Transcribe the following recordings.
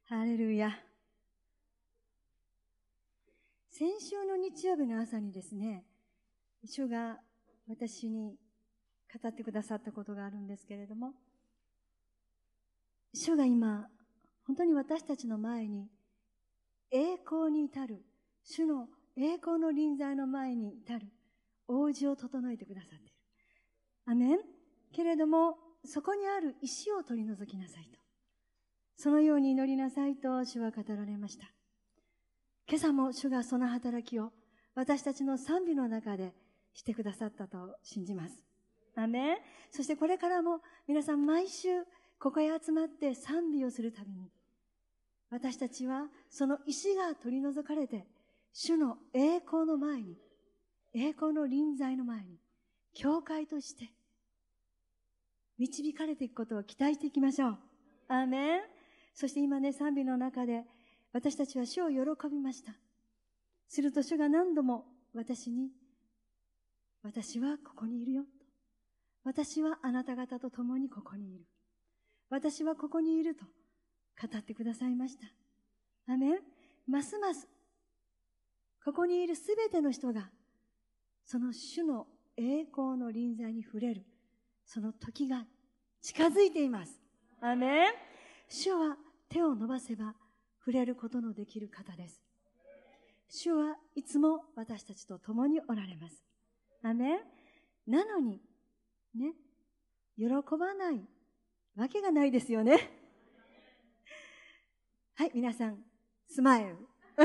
ハレルヤ。先週の日曜日の朝にですね、主が私に語ってくださったことがあるんですけれども、主が今、本当に私たちの前に、栄光に至る、主の栄光の臨在の前に至る、王子を整えてくださっている。アメン。けれども、そこにある石を取り除きなさいと。そのように祈りなさいと主は語られました。今朝も主がその働きを私たちの賛美の中でしてくださったと信じます。アメン。そしてこれからも皆さん毎週ここへ集まって賛美をするたびに、私たちはその石が取り除かれて、主の栄光の前に、栄光の臨在の前に、教会として導かれていくことを期待していきましょう。アーメン。そして今ね、賛美の中で私たちは主を喜びました。すると主が何度も私に、私はここにいるよと。私はあなた方と共にここにいる。私はここにいると語ってくださいました。アーメン。ますますここにいるすべての人がその主の栄光の臨在に触れるその時が近づいています。アーメン。主は手を伸ばせば触れることのできる方です。主はいつも私たちと共におられます。アーメン。なのにね、喜ばないわけがないですよね。はい、皆さんスマイル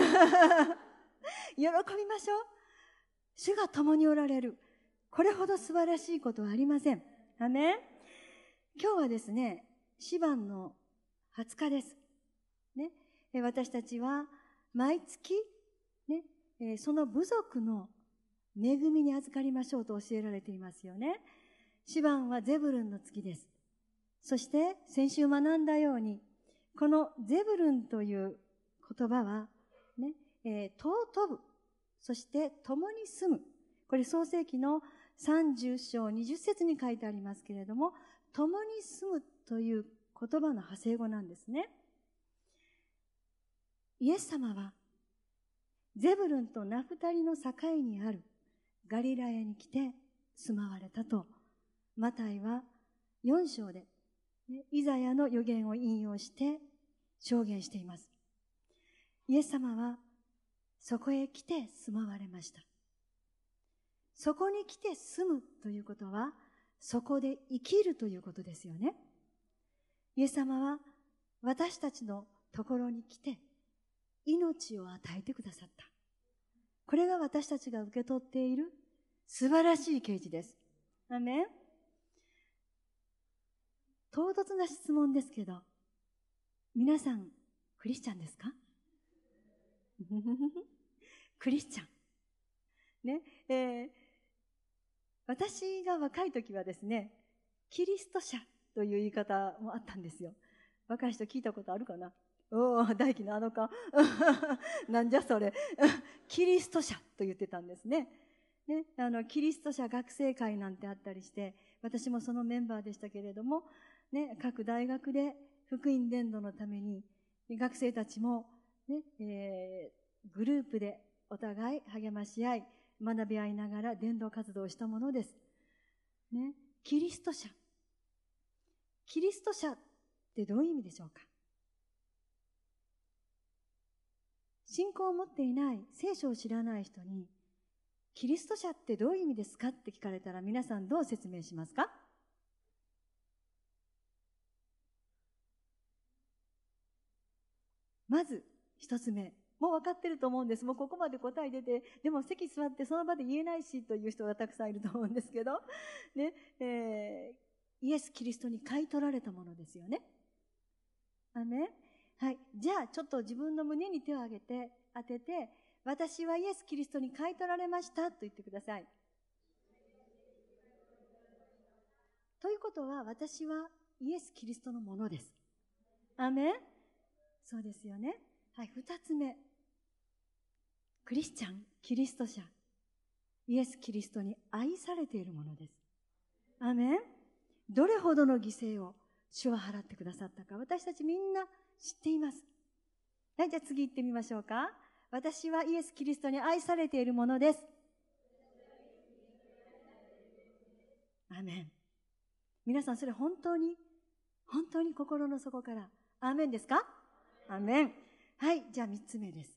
喜びましょう。主が共におられる。これほど素晴らしいことはありません。アーメン。今日はですね、シバンの20日です。ね、私たちは毎月、ね、その部族の恵みに預かりましょうと教えられていますよね。シバンはゼブルンの月です。そして先週学んだように、このゼブルンという言葉は、ね、尊ぶ、そして共に住む。これ創世記の30章20節に書いてありますけれども、共に住むという言葉の派生語なんですね。イエス様はゼブルンとナフタリの境にあるガリラヤに来て住まわれたと、マタイは4章で、ね、イザヤの預言を引用して証言しています。イエス様はそこへ来て住まわれました。そこに来て住むということは、そこで生きるということですよね。イエス様は私たちのところに来て命を与えてくださった。これが私たちが受け取っている素晴らしい啓示です。アーメン。唐突な質問ですけど、皆さんクリスチャンですか？クリスチャン。ね、私が若い時はですね、キリスト者という言い方もあったんですよ。若い人聞いたことあるかな？おー、大輝のあの顔。なんじゃそれ。キリスト者と言ってたんですね。ね、キリスト者学生会なんてあったりして、私もそのメンバーでしたけれども、ね、各大学で福音伝道のために、学生たちも、ね、グループでお互い励まし合い、学び合いながら伝道活動をしたものです。ね、キリスト者。キリスト者ってどういう意味でしょうか？信仰を持っていない聖書を知らない人に、キリスト者ってどういう意味ですかって聞かれたら皆さんどう説明しますか？まず一つ目、もう分かってると思うんです。もうここまで答え出て、でも席座ってその場で言えないしという人がたくさんいると思うんですけど、ね、イエス・キリストに買い取られたものですよね。アメン。はい。じゃあちょっと自分の胸に手を当てて、私はイエス・キリストに買い取られましたと言ってください。ということは、私はイエス・キリストのものです。アメン。そうですよね。はい。二つ目。クリスチャン、キリスト者。イエス・キリストに愛されているものです。アメン。どれほどの犠牲を主は払ってくださったか、私たちみんな知っています。 はい、じゃあ次行ってみましょうか。私はイエス・キリストに愛されているものです。アーメン。皆さん、それ本当に心の底から、アーメンですか？アーメン。はい、じゃあ3つ目です。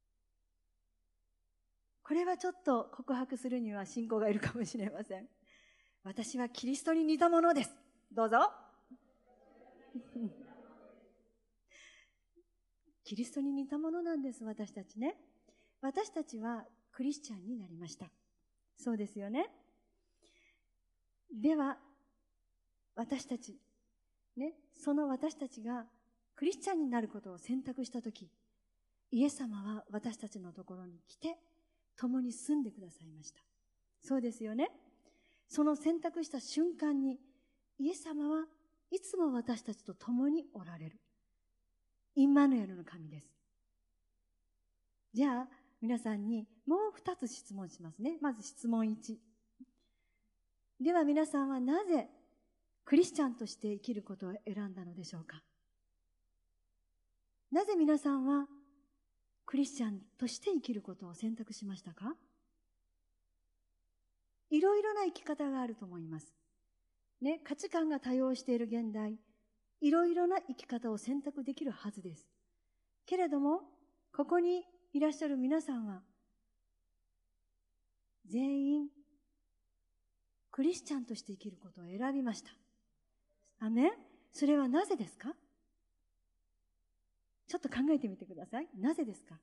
これはちょっと告白するには信仰がいるかもしれません。私はキリストに似たものです。どうぞ。キリストに似たものなんです、私たちね。私たちはクリスチャンになりました。そうですよね。では、私たち、ね、その私たちがクリスチャンになることを選択したとき、イエス様は私たちのところに来て、共に住んでくださいました。そうですよね。その選択した瞬間に、イエス様はいつも私たちと共におられる。インマヌエルの神です。じゃあ、皆さんにもう2つ質問しますね。まず質問1。では皆さんはなぜクリスチャンとして生きることを選んだのでしょうか？なぜ皆さんはクリスチャンとして生きることを選択しましたか？いろいろな生き方があると思います。ね、価値観が多様している現代、いろいろな生き方を選択できるはずです。けれども、ここにいらっしゃる皆さんは、全員、クリスチャンとして生きることを選びました。アメン。それはなぜですか？ちょっと考えてみてください。なぜですか？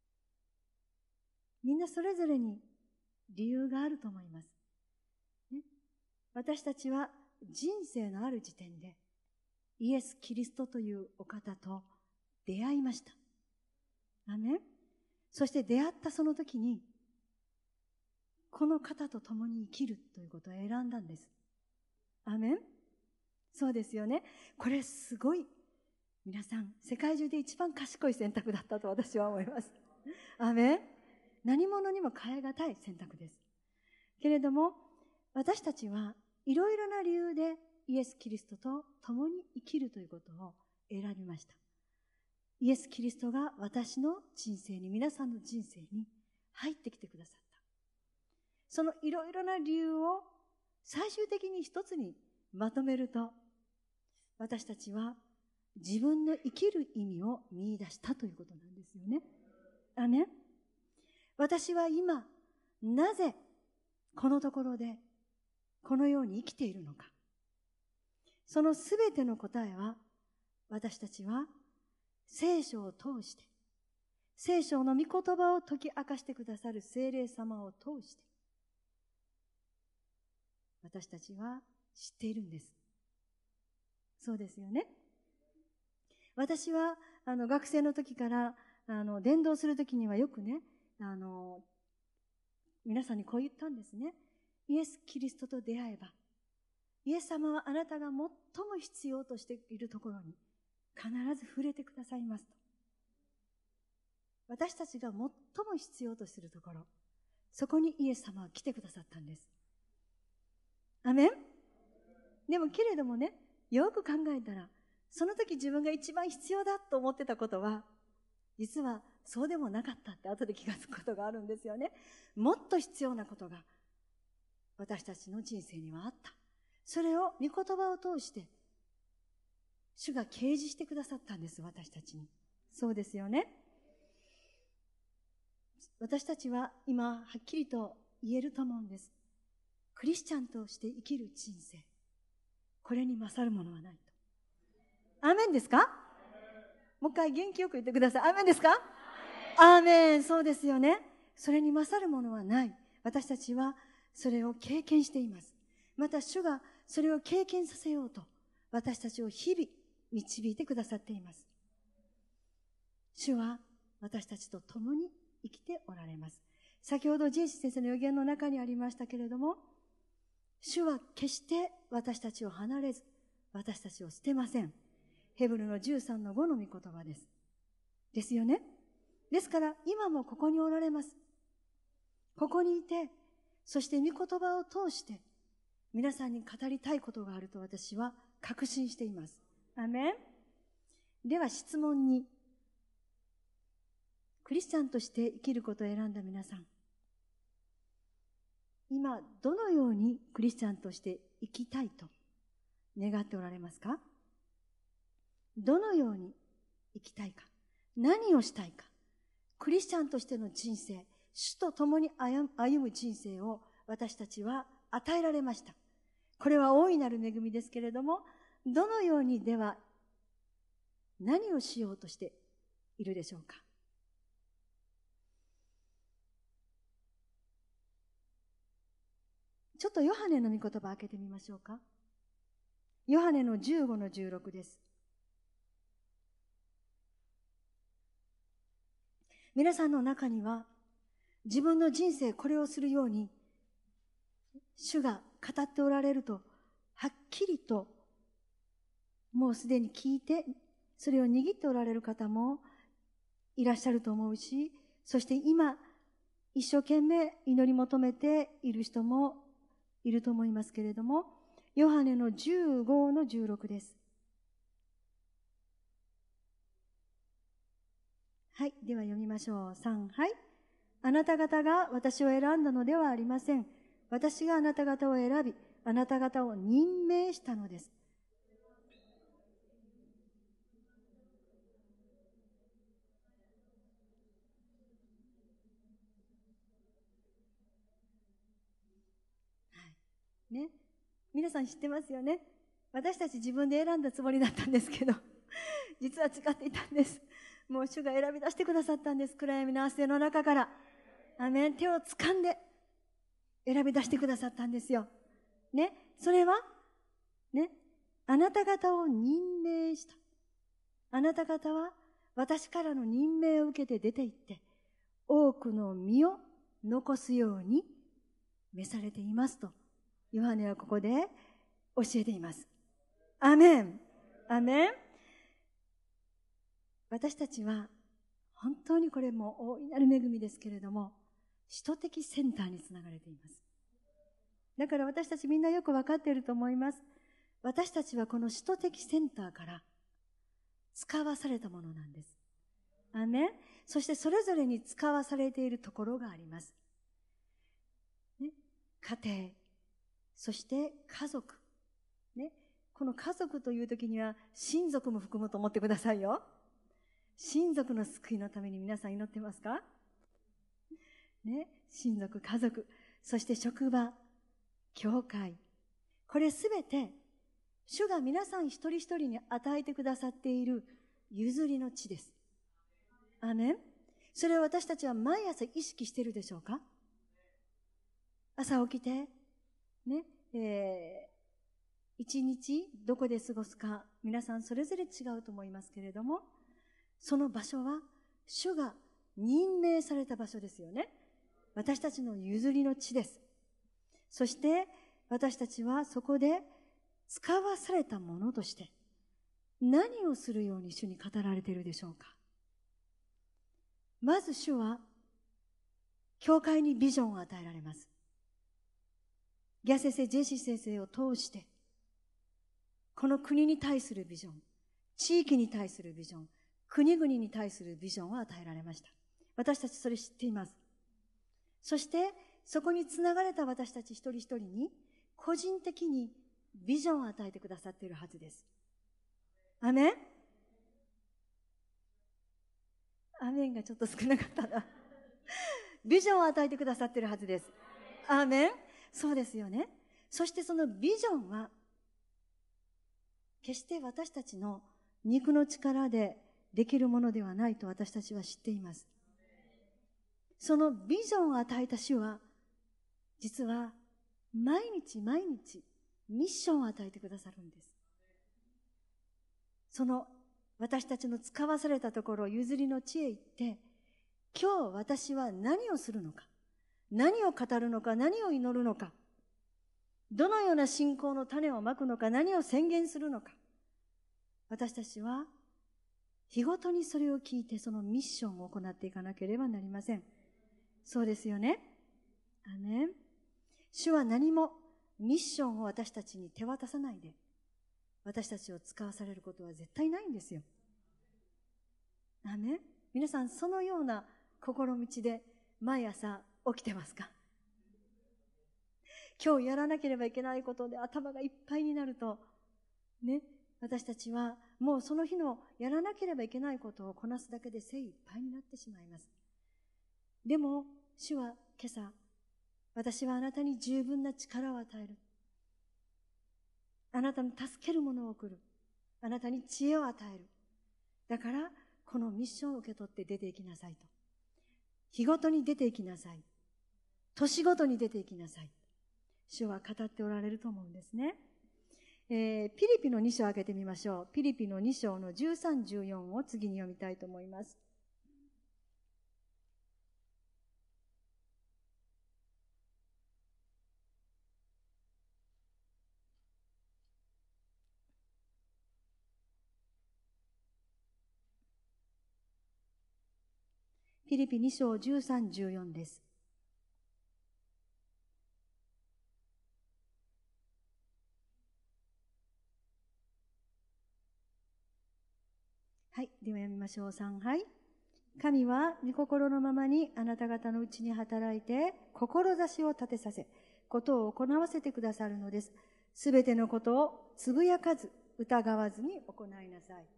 みんなそれぞれに理由があると思います。ね、私たちは人生のある時点でイエス・キリストというお方と出会いました。アメン。そして出会ったその時に、この方と共に生きるということを選んだんです。アメン。そうですよね。これすごい、皆さん、世界中で一番賢い選択だったと私は思います。アメン。何者にも代え難い選択です。けれども、私たちはいろいろな理由でイエス・キリストと共に生きるということを選びました。イエス・キリストが私の人生に、皆さんの人生に入ってきてくださった。そのいろいろな理由を最終的に一つにまとめると、私たちは自分の生きる意味を見出したということなんですよね。アメン。私は今、なぜこのところでこのように生きているのか。そのすべての答えは、私たちは聖書を通して、聖書の御言葉を解き明かしてくださる聖霊様を通して、私たちは知っているんです。そうですよね。私は学生の時から伝道する時にはよくね、皆さんにこう言ったんですね。イエス・キリストと出会えば、イエス様はあなたが最も必要としているところに必ず触れてくださいますと。私たちが最も必要とするところ、そこにイエス様は来てくださったんです。アメン。でもけれどもね、よく考えたら、その時自分が一番必要だと思ってたことは、実はそうでもなかったって後で気がつくことがあるんですよね。もっと必要なことが私たちの人生にはあった。それを御言葉を通して主が啓示してくださったんです、私たちに。そうですよね。私たちは今はっきりと言えると思うんです。クリスチャンとして生きる人生、これに勝るものはないと。アーメンですか？もう一回元気よく言ってください。アーメンですか？アーメン。そうですよね。それに勝るものはない。私たちはそれを経験しています。また主がそれを経験させようと私たちを日々導いてくださっています。主は私たちと共に生きておられます。先ほどジェイシー先生の予言の中にありましたけれども、主は決して私たちを離れず、私たちを捨てません。ヘブルの13の5の御言葉です。ですよね。ですから今もここにおられます。ここにいて、そして御言葉を通して皆さんに語りたいことがあると私は確信しています。アメン。では質問に、 クリスチャンとして生きることを選んだ皆さん、今どのようにクリスチャンとして生きたいと願っておられますか？どのように生きたいか、何をしたいか。クリスチャンとしての人生、主と共に歩む人生を私たちは与えられました。これは大いなる恵みですけれども、どのようにでは何をしようとしているでしょうか。ちょっとヨハネの御言葉を開けてみましょうか。ヨハネの15の16です。皆さんの中には自分の人生これをするように主が語っておられるとはっきりともうすでに聞いてそれを握っておられる方もいらっしゃると思うし、そして今一生懸命祈り求めている人もいると思いますけれども、ヨハネの15の16です。はい、では読みましょう。3、はい。あなた方が私を選んだのではありません。私があなた方を選び、あなた方を任命したのです。ね、皆さん知ってますよね。私たち自分で選んだつもりだったんですけど実は違っていたんです。もう主が選び出してくださったんです。暗闇の汗の中からアメン、手を掴んで選び出してくださったんですよね。それはね、あなた方を任命した。あなた方は私からの任命を受けて出て行って多くの実を残すように召されていますとヨハネはここで教えています。アメン、アメン。私たちは本当にこれも大いなる恵みですけれども、使徒的センターにつながれています。だから私たちみんなよく分かっていると思います。私たちはこの使徒的センターから使わされたものなんです。アメン。そしてそれぞれに使わされているところがあります。ね、家庭、そして家族。ね、この家族という時には親族も含むと思ってくださいよ。親族の救いのために皆さん祈ってますか？ね、親族、家族、そして職場、教会。これすべて主が皆さん一人一人に与えてくださっている譲りの地です。アメン。それを私たちは毎朝意識しているでしょうか？朝起きてね、一日どこで過ごすか皆さんそれぞれ違うと思いますけれども、その場所は主が任命された場所ですよね。私たちの譲りの地です。そして私たちはそこで使わされたものとして何をするように主に語られているでしょうか？まず主は教会にビジョンを与えられます。ギャ先生、ジェシー先生を通してこの国に対するビジョン、地域に対するビジョン、国々に対するビジョンを与えられました。私たちそれ知っています。そしてそこにつながれた私たち一人一人に個人的にビジョンを与えてくださっているはずです。アメン。アメンがちょっと少なかったなビジョンを与えてくださっているはずです。アメン。そうですよね。そしてそのビジョンは決して私たちの肉の力でできるものではないと私たちは知っています。そのビジョンを与えた主は実は毎日毎日ミッションを与えてくださるんです。その私たちの使わされたところ譲りの地へ行って今日私は何をするのか、何を語るのか、何を祈るのか、どのような信仰の種をまくのか、何を宣言するのか、私たちは日ごとにそれを聞いてそのミッションを行っていかなければなりません。そうですよね。アメン。主は何もミッションを私たちに手渡さないで私たちを使わされることは絶対ないんですよ。アメン。皆さんそのような心道で毎朝起きてますか？今日やらなければいけないことで頭がいっぱいになると、ね、私たちはもうその日のやらなければいけないことをこなすだけで精一杯になってしまいます。でも、主は今朝、私はあなたに十分な力を与える。あなたの助けるものを送る。あなたに知恵を与える。だから、このミッションを受け取って出ていきなさいと。日ごとに出ていきなさい。年ごとに出ていきなさい。主は語っておられると思うんですね。ピリピの2章を開けてみましょう。ピリピの2章の13、14を次に読みたいと思います。ピリピ2章13、14です。はい。では読みましょう。3、はい。神は御心のままにあなた方のうちに働いて、志を立てさせ、ことを行わせてくださるのです。すべてのことをつぶやかず、疑わずに行いなさい。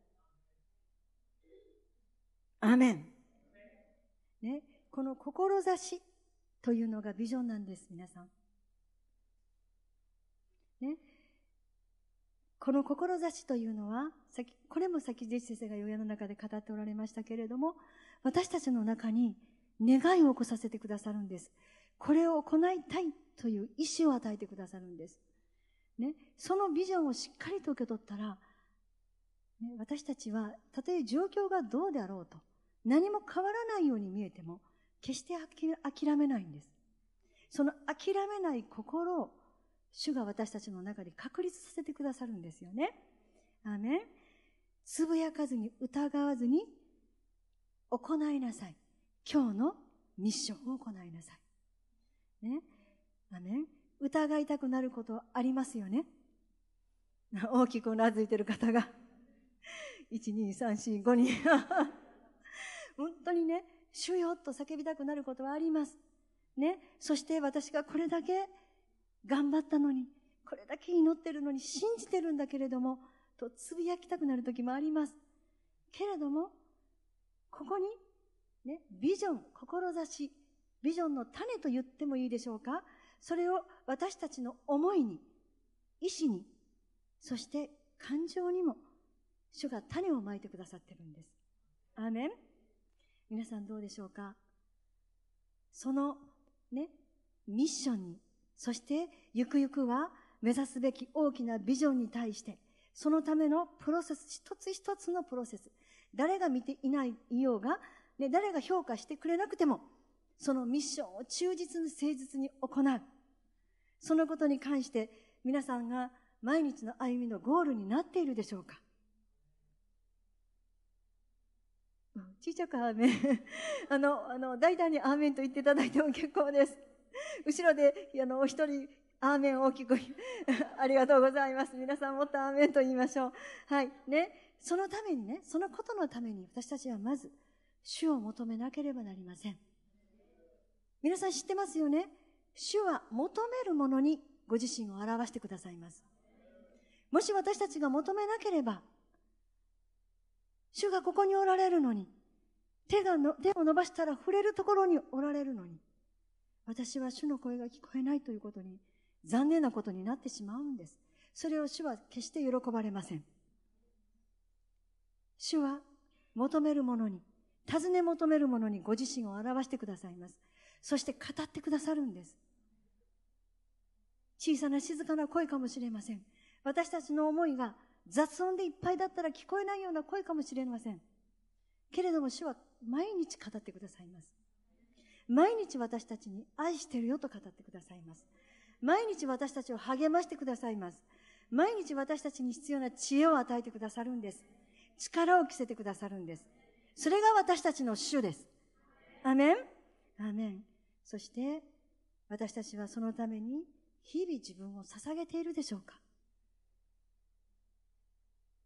アーメン。ね。この志というのがビジョンなんです、皆さん。ね。この志というのは、これも先ジェシ先生が親の中で語っておられましたけれども、私たちの中に願いを起こさせてくださるんです。これを行いたいという意志を与えてくださるんです。ね、そのビジョンをしっかりと受け取ったら、ね、私たちはたとえ状況がどうであろうと、何も変わらないように見えても、決して諦めないんです。その諦めない心を主が私たちの中で確立させてくださるんですよね。アーメン。つぶやかずに疑わずに行いなさい。今日のミッションを行いなさい。ね。アーメン。疑いたくなることありますよね。大きくうなずいている方が。1、2、3、4、5人。本当にね、主よと叫びたくなることはあります。ね。そして私がこれだけ頑張ったのに、これだけ祈ってるのに信じてるんだけれども、とつぶやきたくなる時もあります。けれども、ここに、ね、ビジョン、志、ビジョンの種と言ってもいいでしょうか。それを私たちの思いに、意志に、そして感情にも、主が種をまいてくださってるんです。アーメン。皆さんどうでしょうか。そのね、ミッションに、そしてゆくゆくは目指すべき大きなビジョンに対して、そのためのプロセス、一つ一つのプロセス、誰が見ていようが、ね、誰が評価してくれなくても、そのミッションを忠実に誠実に行う。そのことに関して皆さんが毎日の歩みのゴールになっているでしょうか。小さくアーメン。大胆にアーメンと言っていただいても結構です。後ろで、お一人、アーメン大きく、ありがとうございます。皆さんもっとアーメンと言いましょう。はい。ね。そのためにね、そのことのために私たちはまず、主を求めなければなりません。皆さん知ってますよね。主は求めるものにご自身を表してくださいます。もし私たちが求めなければ、主がここにおられるのに、手を伸ばしたら触れるところにおられるのに、私は主の声が聞こえないということに、残念なことになってしまうんです。それを主は決して喜ばれません。主は求めるものに、尋ね求めるものにご自身を表してくださいます。そして語ってくださるんです。小さな静かな声かもしれません。私たちの思いが雑音でいっぱいだったら聞こえないような声かもしれません。けれども主は毎日語ってくださいます。毎日私たちに愛してるよと語ってくださいます。毎日私たちを励ましてくださいます。毎日私たちに必要な知恵を与えてくださるんです。力を着せてくださるんです。それが私たちの主です。アメン。アメン。そして私たちはそのために日々自分を捧げているでしょうか。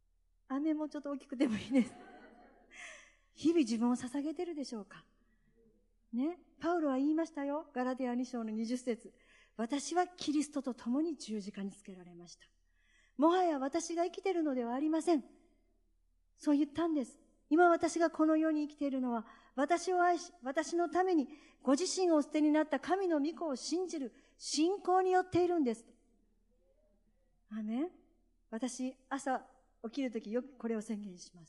アメンもちょっと大きくてもいいです。日々自分を捧げているでしょうか。 ね、パウロは言いましたよ。ガラテヤ2章の20節。私はキリストと共に十字架につけられました。もはや私が生きているのではありません。そう言ったんです。今私がこの世に生きているのは、私を愛し、私のためにご自身をお捨てになった神の御子を信じる信仰によっているんです。アーメン。私、朝起きるときよくこれを宣言します。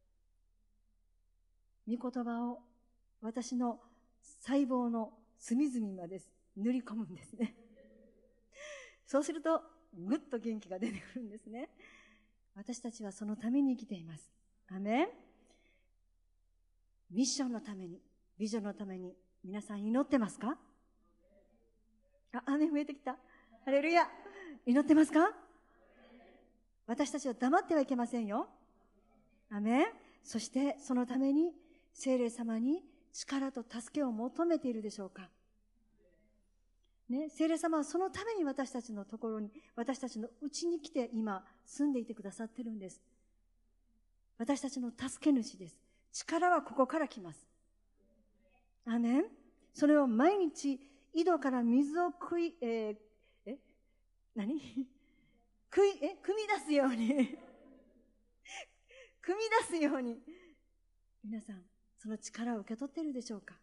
御言葉を私の細胞の隅々まで塗り込むんですね。そうすると、ぐっと元気が出てくるんですね。私たちはそのために生きています。アーメン。ミッションのために、ビジョンのために、皆さん祈ってますか？雨増えてきた。ハレルヤ。祈ってますか？私たちは黙ってはいけませんよ。アーメン。そしてそのために聖霊様に力と助けを求めているでしょうか？ね、聖霊様はそのために私たちのところに、私たちのうちに来て今住んでいてくださってるんです。私たちの助け主です。力はここから来ます。アーメン。それを毎日井戸から水を汲み出すように汲み出すように、皆さんその力を受け取っているでしょうか？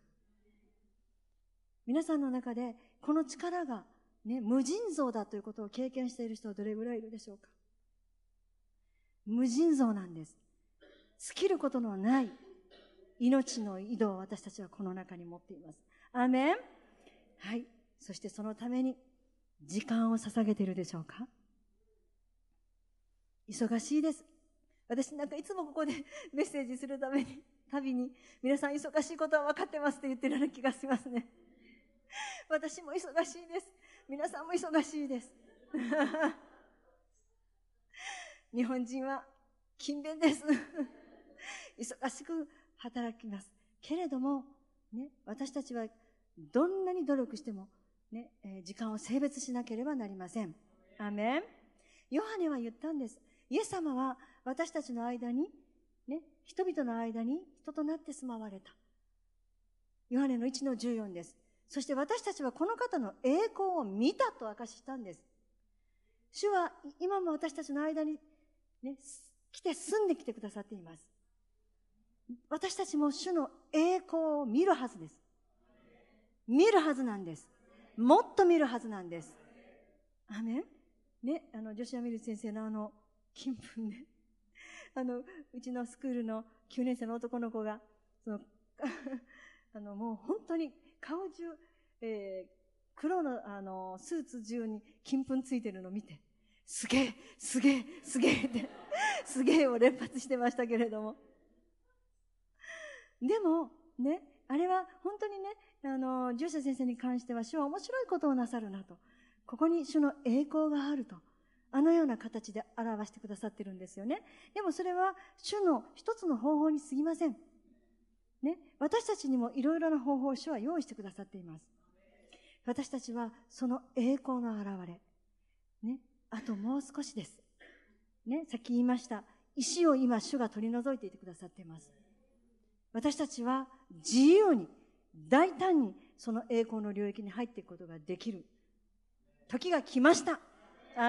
皆さんの中でこの力が、ね、無尽蔵だということを経験している人はどれぐらいいるでしょうか？無尽蔵なんです。尽きることのない命の井戸を私たちはこの中に持っています。アーメン。はい。そしてそのために時間を捧げているでしょうか？忙しいです。私なんかいつもここでメッセージするたびに皆さん忙しいことは分かってますって言ってるような気がしますね。私も忙しいです。皆さんも忙しいです。日本人は勤勉です。忙しく働きます。けれども、ね、私たちはどんなに努力しても、ね、時間を性別しなければなりません。アーメン。ヨハネは言ったんです。イエス様は私たちの間に、ね、人々の間に人となって住まわれた。ヨハネの1の14です。そして私たちはこの方の栄光を見たと証ししたんです。主は今も私たちの間に、ね、来て住んできてくださっています。私たちも主の栄光を見るはずです。見るはずなんです。もっと見るはずなんです。アーメン。ね、ジョシュア・ミル先生の金粉ね、うちのスクールの9年生の男の子が、もう本当に顔中、黒の、スーツ中に金粉ついてるのを見て、すげえ、すげえ、すげえって、すげえを連発してましたけれども。でも、ね、あれは本当にね、ジョシュ先生に関しては主は面白いことをなさるなと。ここに主の栄光があると。あのような形で表してくださってるんですよね。でもそれは主の一つの方法に過ぎません。ね、私たちにもいろいろな方法を主は用意してくださっています。私たちはその栄光の現れ。ね、あともう少しです。ね、さっき言いました。石を今主が取り除いていてくださっています。私たちは自由に、大胆にその栄光の領域に入っていくことができる時が来ました。はい、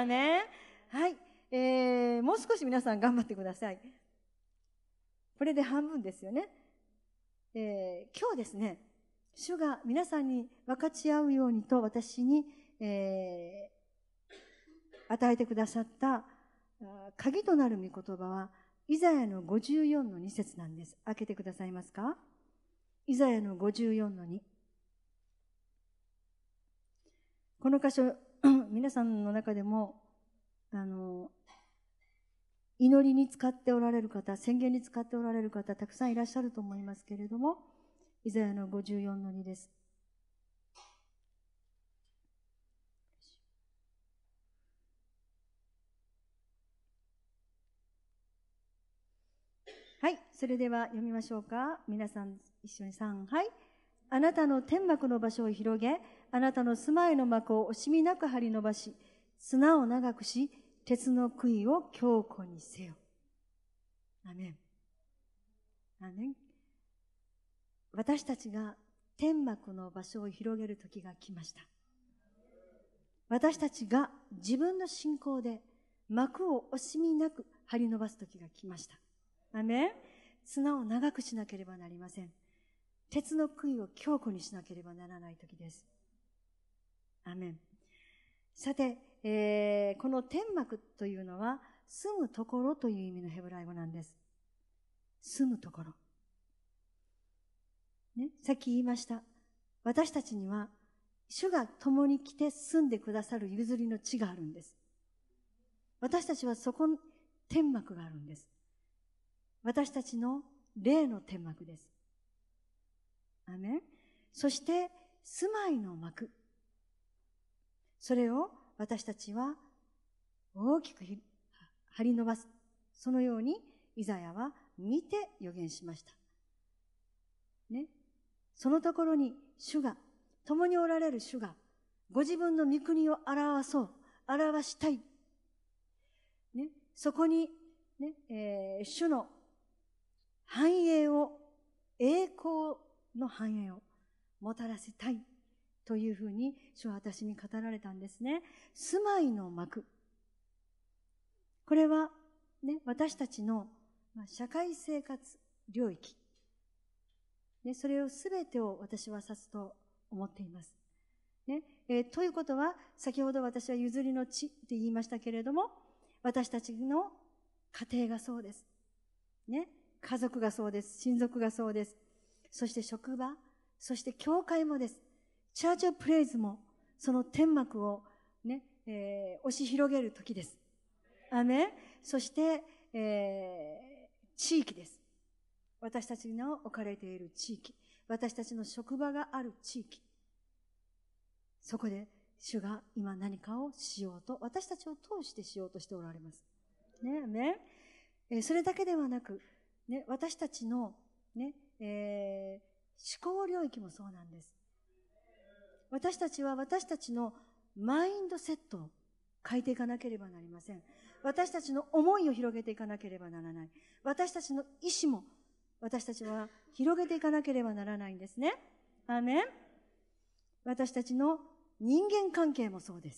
もう少し皆さん頑張ってください。これで半分ですよね。今日ですね、主が皆さんに分かち合うようにと私に、与えてくださった鍵となる御言葉はイザヤの54の2節なんです。開けてくださいますか？イザヤの54の2。この箇所、皆さんの中でも祈りに使っておられる方、宣言に使っておられる方、たくさんいらっしゃると思いますけれども、イザヤの54の2です。はい、それでは読みましょうか。皆さん一緒に3、はい。あなたの天幕の場所を広げ、あなたの住まいの幕を惜しみなく張り伸ばし、砂を長くし、鉄の杭を強固にせよ。アメン。アメン。私たちが天幕の場所を広げる時が来ました。私たちが自分の信仰で幕を惜しみなく張り伸ばす時が来ました。アメン。綱を長くしなければなりません。鉄の杭を強固にしなければならない時です。アメン。さて、この天幕というのは住むところという意味のヘブライ語なんです。住むところ。ね、さっき言いました。私たちには主が共に来て住んでくださる譲りの地があるんです。私たちはそこに天幕があるんです。私たちの霊の天幕です。アメン。そして住まいの幕。それを私たちは大きく張り伸ばす。そのようにイザヤは見て予言しました。ね。そのところに主が、共におられる主が、ご自分の御国を表したい。ね。そこに、ね、主の繁栄を、栄光の繁栄をもたらせたいというふうに主は私に語られたんですね。住まいの幕。これは、ね、私たちの社会生活領域。ね、それをすべてを私は指すと思っています。ねということは、先ほど私は譲りの地って言いましたけれども、私たちの家庭がそうです。ね、家族がそうです。親族がそうです。そして職場、そして教会もです。チャーチオブプレイズも、その天幕をね、押し広げる時です。アメン。そして、地域です。私たちの置かれている地域、私たちの職場がある地域、そこで主が今何かをしようと、私たちを通してしようとしておられます。ね、それだけではなく、ね、私たちの、ね思考領域もそうなんです。私たちは私たちのマインドセットを変えていかなければなりません。私たちの思いを広げていかなければならない。私たちの意志も私たちは広げていかなければならないんですね。アーメン。私たちの人間関係もそうです。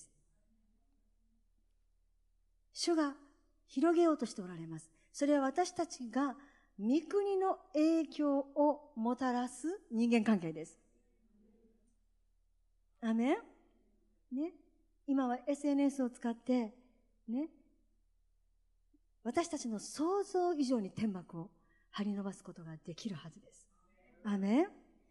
主が広げようとしておられます。それは私たちが御国の影響をもたらす人間関係です。アーメン。ね。今は SNS を使って、ね。私たちの想像以上に天幕を張り伸ばすことができるはずです。アーメン。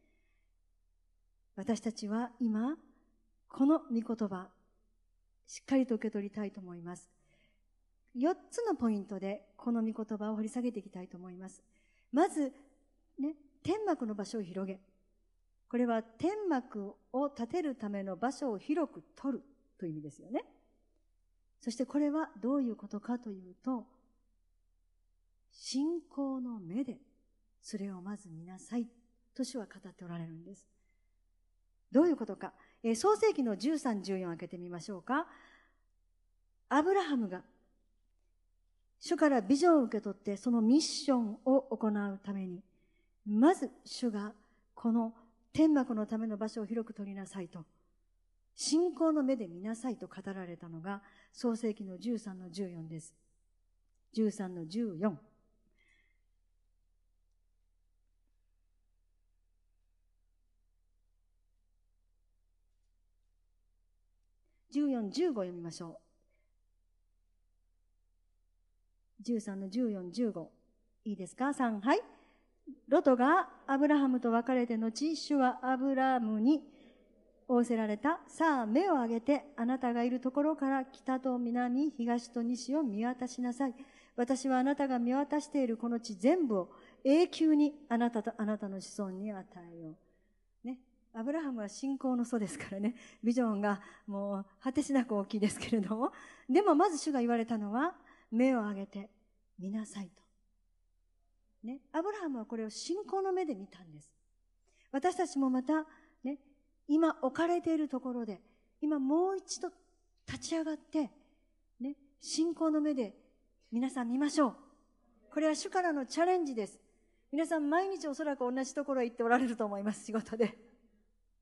私たちは今、この御言葉、しっかりと受け取りたいと思います。4つのポイントでこの御言葉を掘り下げていきたいと思います。まず、ね、天幕の場所を広げ。これは天幕を建てるための場所を広く取るという意味ですよね。そしてこれはどういうことかというと、信仰の目でそれをまず見なさいと主は語っておられるんです。どういうことか。創世記の13、14を開けてみましょうか。アブラハムが主からビジョンを受け取ってそのミッションを行うために、まず主がこの天幕のための場所を広く取りなさいと、信仰の目で見なさいと語られたのが創世記の13の14です。13の14。14、15読みましょう。13の14、15。いいですか？ 3、はい。ロトがアブラハムと別れて後、主はアブラムに仰せられた。さあ、目を上げて、あなたがいるところから北と南、東と西を見渡しなさい。私はあなたが見渡しているこの地全部を永久にあなたとあなたの子孫に与えよう。ね。アブラハムは信仰の祖ですからね。ビジョンがもう果てしなく大きいですけれども。でもまず主が言われたのは、目を上げて見なさいと。ね。アブラハムはこれを信仰の目で見たんです。私たちもまた、ね、今置かれているところで、今もう一度立ち上がって、ね、信仰の目で皆さん見ましょう。これは主からのチャレンジです。皆さん毎日おそらく同じところへ行っておられると思います、仕事で。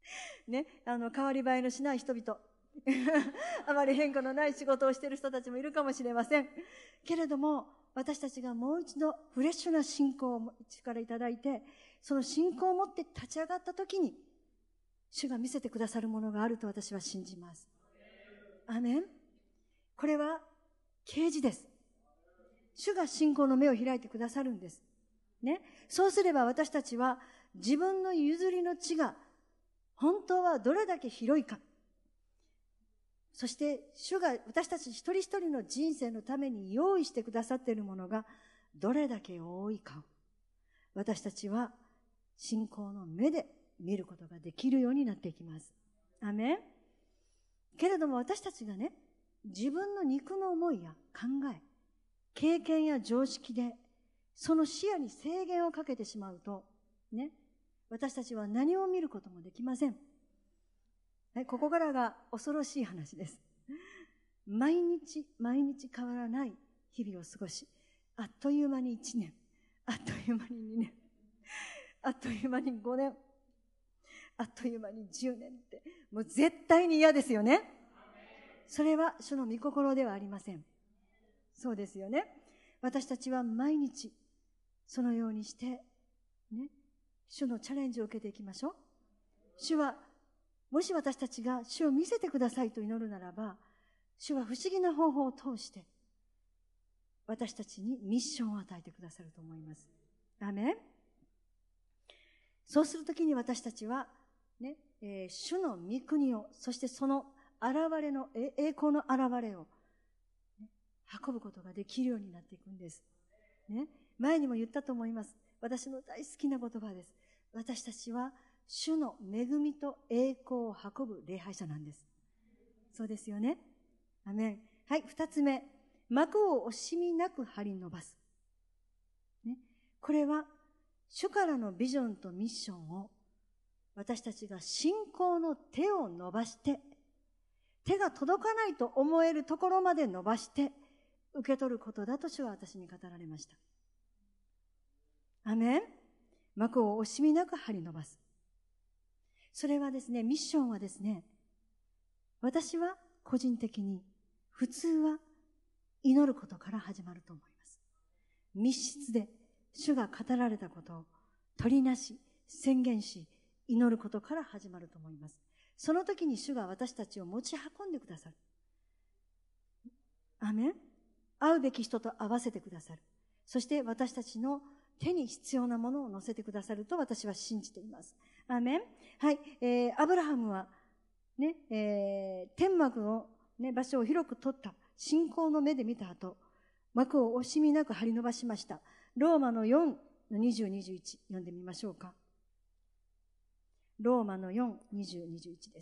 ね、変わり映えのしない人々あまり変化のない仕事をしている人たちもいるかもしれませんけれども、私たちがもう一度フレッシュな信仰を主からいただいて、その信仰を持って立ち上がった時に主が見せてくださるものがあると私は信じます。アメン。これは啓示です。主が信仰の目を開いてくださるんです。ね。そうすれば私たちは自分の譲りの地が本当はどれだけ広いか。そして主が私たち一人一人の人生のために用意してくださっているものがどれだけ多いかを私たちは信仰の目で見ることができるようになっていきます。アメン。けれども私たちがね、自分の肉の思いや考え、経験や常識でその視野に制限をかけてしまうとね、私たちは何を見ることもできません。ここからが恐ろしい話です。毎日毎日変わらない日々を過ごし、あっという間に1年、あっという間に2年、あっという間に5年、あっという間に10年って、もう絶対に嫌ですよね。それは主の御心ではありません。そうですよね。私たちは毎日そのようにしてね、主のチャレンジを受けていきましょう。主はもし私たちが主を見せてくださいと祈るならば、主は不思議な方法を通して私たちにミッションを与えてくださると思います。アーメン。そうするときに私たちは、ね、主の御国を、そしてその現れの栄光の現れを、ね、運ぶことができるようになっていくんです、ね。前にも言ったと思います。私の大好きな言葉です。私たちは主の恵みと栄光を運ぶ礼拝者なんです。そうですよね。アメン。はい、二つ目。幕を惜しみなく張り伸ばす。ね、これは、主からのビジョンとミッションを、私たちが信仰の手を伸ばして、手が届かないと思えるところまで伸ばして、受け取ることだと主は私に語られました。アメン。幕を惜しみなく張り伸ばす。それはですね、ミッションはですね、私は個人的に普通は祈ることから始まると思います。密室で主が語られたことを取りなし、宣言し、祈ることから始まると思います。その時に主が私たちを持ち運んでくださる。アメン。会うべき人と会わせてくださる。そして私たちの手に必要なものを乗せてくださると私は信じています。アーメン。はい、アブラハムは、ね、天幕の、ね、場所を広く取った信仰の目で見た後、幕を惜しみなく張り伸ばしました。ローマの4の20、21読んでみましょうか。ローマの4、20、21です。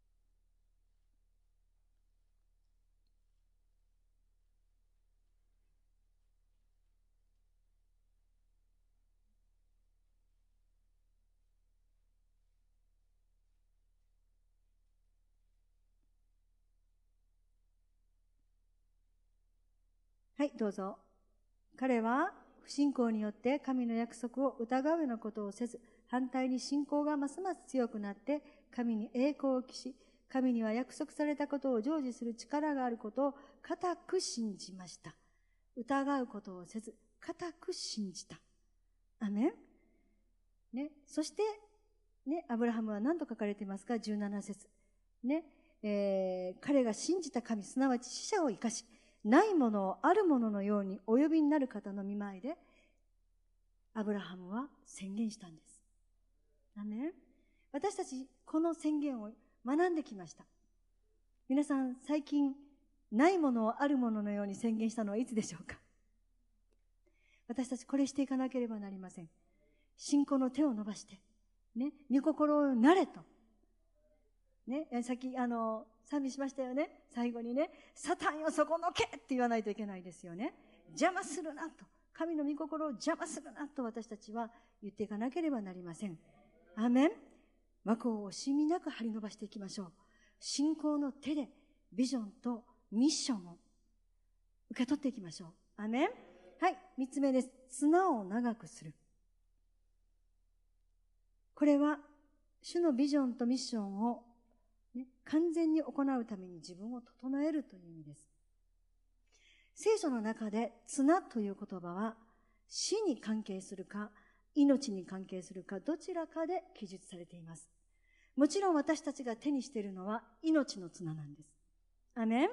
はい、どうぞ。彼は不信仰によって神の約束を疑うようなことをせず、反対に信仰がますます強くなって神に栄光を期し、神には約束されたことを成就する力があることを固く信じました。疑うことをせず固く信じた。アメン。ね、そして、ね、アブラハムは何と書かれていますか。17節、ね、彼が信じた神、すなわち死者を生かし、ないものをあるもののようにお呼びになる方の御前でアブラハムは宣言したんです。アメン。私たちこの宣言を学んできました。皆さん最近ないものをあるもののように宣言したのはいつでしょうか。私たちこれしていかなければなりません。信仰の手を伸ばしてね、御心をなれとね、さっき賛美しましたよね。最後にね、サタンよそこのけって言わないといけないですよね。邪魔するなと、神の御心を邪魔するなと私たちは言っていかなければなりません。アーメン。幕を惜しみなく張り伸ばしていきましょう。信仰の手でビジョンとミッションを受け取っていきましょう。アーメン。はい、3つ目です。綱を長くする。これは主のビジョンとミッションを、完全に行うために自分を整えるという意味です。聖書の中で綱という言葉は死に関係するか命に関係するかどちらかで記述されています。もちろん私たちが手にしているのは命の綱なんです。アメン、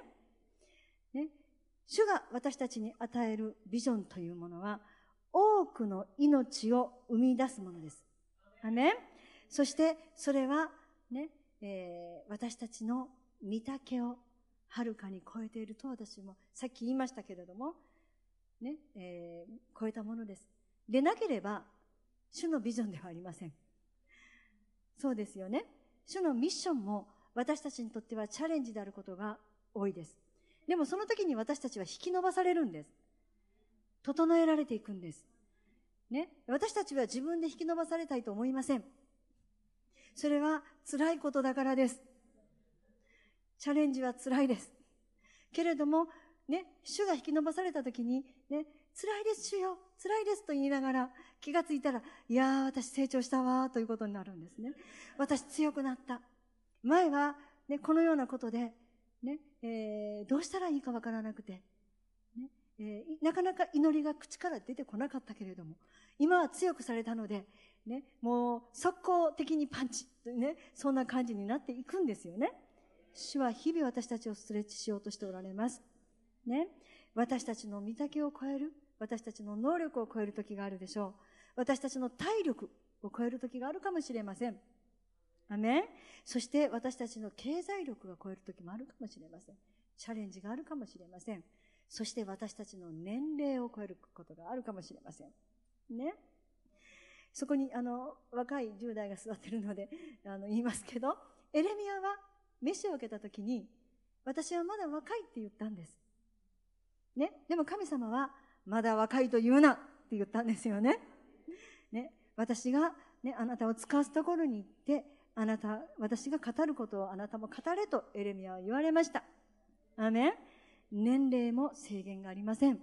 主が私たちに与えるビジョンというものは多くの命を生み出すものです。アメン。そしてそれは私たちの御丈をはるかに超えていると私もさっき言いましたけれども、超えたものです。でなければ主のビジョンではありません。そうですよね。主のミッションも私たちにとってはチャレンジであることが多いです。でもその時に私たちは引き伸ばされるんです。整えられていくんです。私たちは自分で引き伸ばされたいと思いません。それは辛いことだからです。チャレンジは辛いです。けれども、主が引き伸ばされた時に、辛いです主よ、辛いですと言いながら気がついたら、いやー私成長したわーということになるんですね。私強くなった。前は、このようなことで、どうしたらいいかわからなくて、なかなか祈りが口から出てこなかったけれども、今は強くされたので、もう速攻的にパンチ、そんな感じになっていくんですよね。主は日々私たちをストレッチしようとしておられます。私たちの御丈を超える、私たちの能力を超える時があるでしょう。私たちの体力を超える時があるかもしれません。アメン。そして私たちの経済力が超える時もあるかもしれません。チャレンジがあるかもしれません。そして私たちの年齢を超えることがあるかもしれません。そこに若い10代が座っているので言いますけど、エレミアは召しを受けた時に、私はまだ若いって言ったんです。でも神様はまだ若いと言うなって言ったんですよね。私が、あなたを使わすところに行って、私が語ることをあなたも語れとエレミアは言われました。アメン。年齢も制限がありません。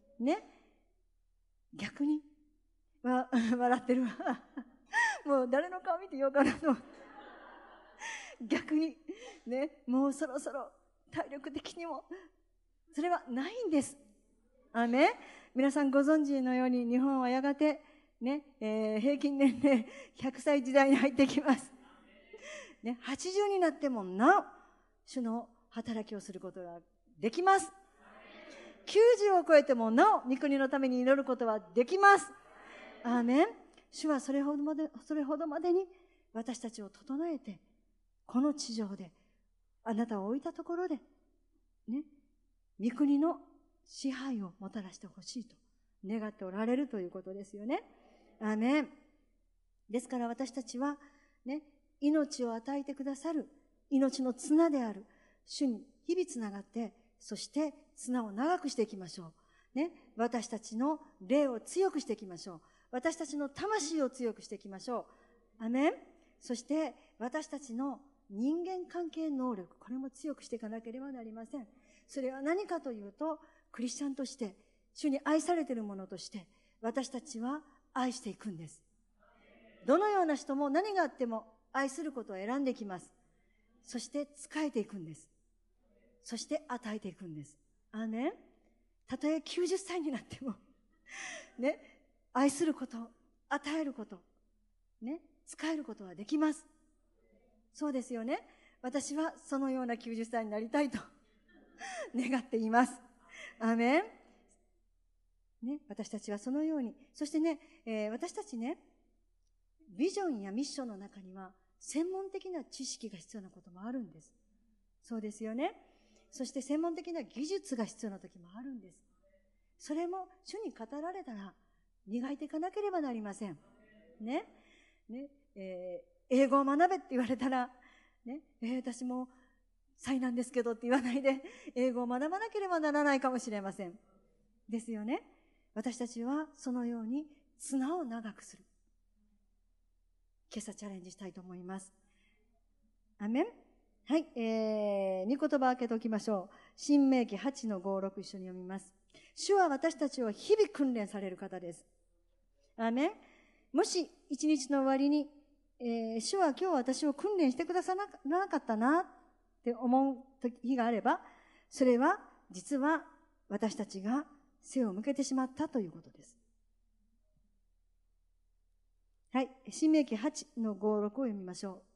逆に、笑ってるわ。もう誰の顔見てようかなと。逆に、もうそろそろ体力的にも、それはないんです。アメン。皆さんご存知のように日本はやがて、平均年齢100歳時代に入ってきます。80になってもなお、主の働きをすることができます。90を超えてもなお、御国のために祈ることはできます。アーメン。主はそれほどまでに私たちを整えて、この地上であなたを置いたところで、御国の支配をもたらしてほしいと願っておられるということですよね。アーメン。ですから私たちは、命を与えてくださる命の綱である主に日々つながって、そして綱を長くしていきましょう。私たちの霊を強くしていきましょう。私たちの魂を強くしていきましょう。アメン。そして私たちの人間関係能力、これも強くしていかなければなりません。それは何かというと、クリスチャンとして、主に愛されているものとして、私たちは愛していくんです。どのような人も何があっても愛することを選んでいきます。そして仕えていくんです。そして与えていくんです。アーメン。たとえ90歳になっても、愛すること、与えること、仕えることはできます。そうですよね。私はそのような90歳になりたいと願っています。アーメン。私たちはそのように、そして私たちビジョンやミッションの中には専門的な知識が必要なこともあるんです。そうですよね。そして専門的な技術が必要な時もあるんです。それも主に語られたら磨いていかなければなりません。英語を学べって言われたら、私も災難ですけどって言わないで、英語を学ばなければならないかもしれません。ですよね。私たちはそのように綱を長くする。今朝チャレンジしたいと思います。アメン。はい、御言葉を開けておきましょう。申命記 8-5-6 一緒に読みます。主は私たちを日々訓練される方です。アメン。もし一日の終わりに主は今日私を訓練してくださらなかったなって思う日があれば、それは実は私たちが背を向けてしまったということです。はい、申命記8の5、6を読みましょう。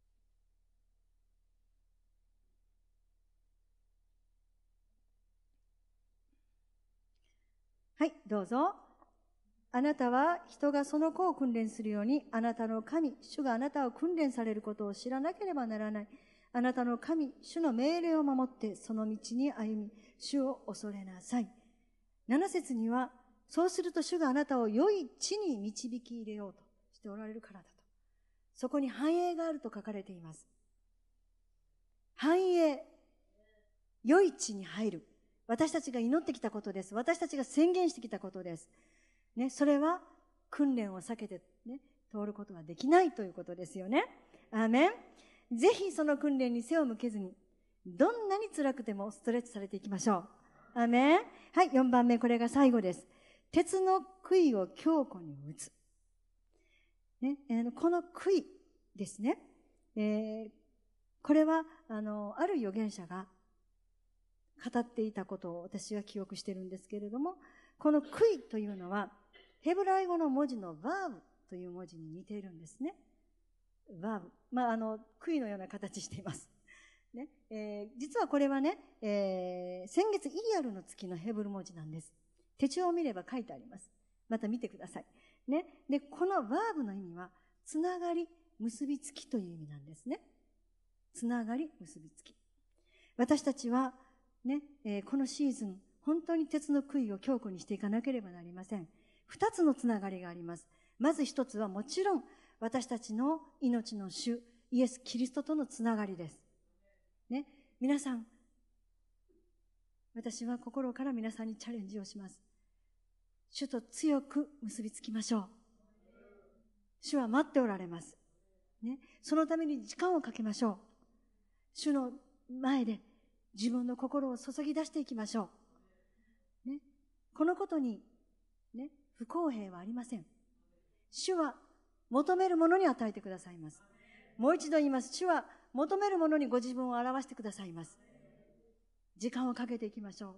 はい、どうぞ。あなたは人がその子を訓練するように、あなたの神、主があなたを訓練されることを知らなければならない。あなたの神、主の命令を守って、その道に歩み、主を恐れなさい。7節には、そうすると主があなたを良い地に導き入れようとしておられるからだと。そこに繁栄があると書かれています。繁栄、良い地に入る。私たちが祈ってきたことです。私たちが宣言してきたことです。ね、それは訓練を避けて、ね、通ることができないということですよね。アーメン。ぜひその訓練に背を向けずに、どんなに辛くてもストレッチされていきましょう。アーメン。はい、4番目、これが最後です。鉄の杭を強固に打つ。ね、この杭ですね。これは、ある預言者が語っていたことを私は記憶しているんですけれども、この杭というのは、ヘブライ語の文字のバーブという文字に似ているんですね。バーブ。杭のような形しています。ね実はこれはね、先月イヤルの月のヘブル文字なんです。手帳を見れば書いてあります。また見てください。ね。で、このバーブの意味は、つながり、結びつきという意味なんですね。つながり、結びつき。私たちは、ね、このシーズン、本当に鉄の杭を強固にしていかなければなりません。二つのつながりがあります。まず一つはもちろん、私たちの命の主、イエス・キリストとのつながりです。ね、皆さん、私は心から皆さんにチャレンジをします。主と強く結びつきましょう。主は待っておられます。ね、そのために時間をかけましょう。主の前で自分の心を注ぎ出していきましょう。ね、このことに、ね、不公平はありません。主は求めるものに与えてくださいます。もう一度言います。主は求めるものにご自分を表してくださいます。時間をかけていきましょう。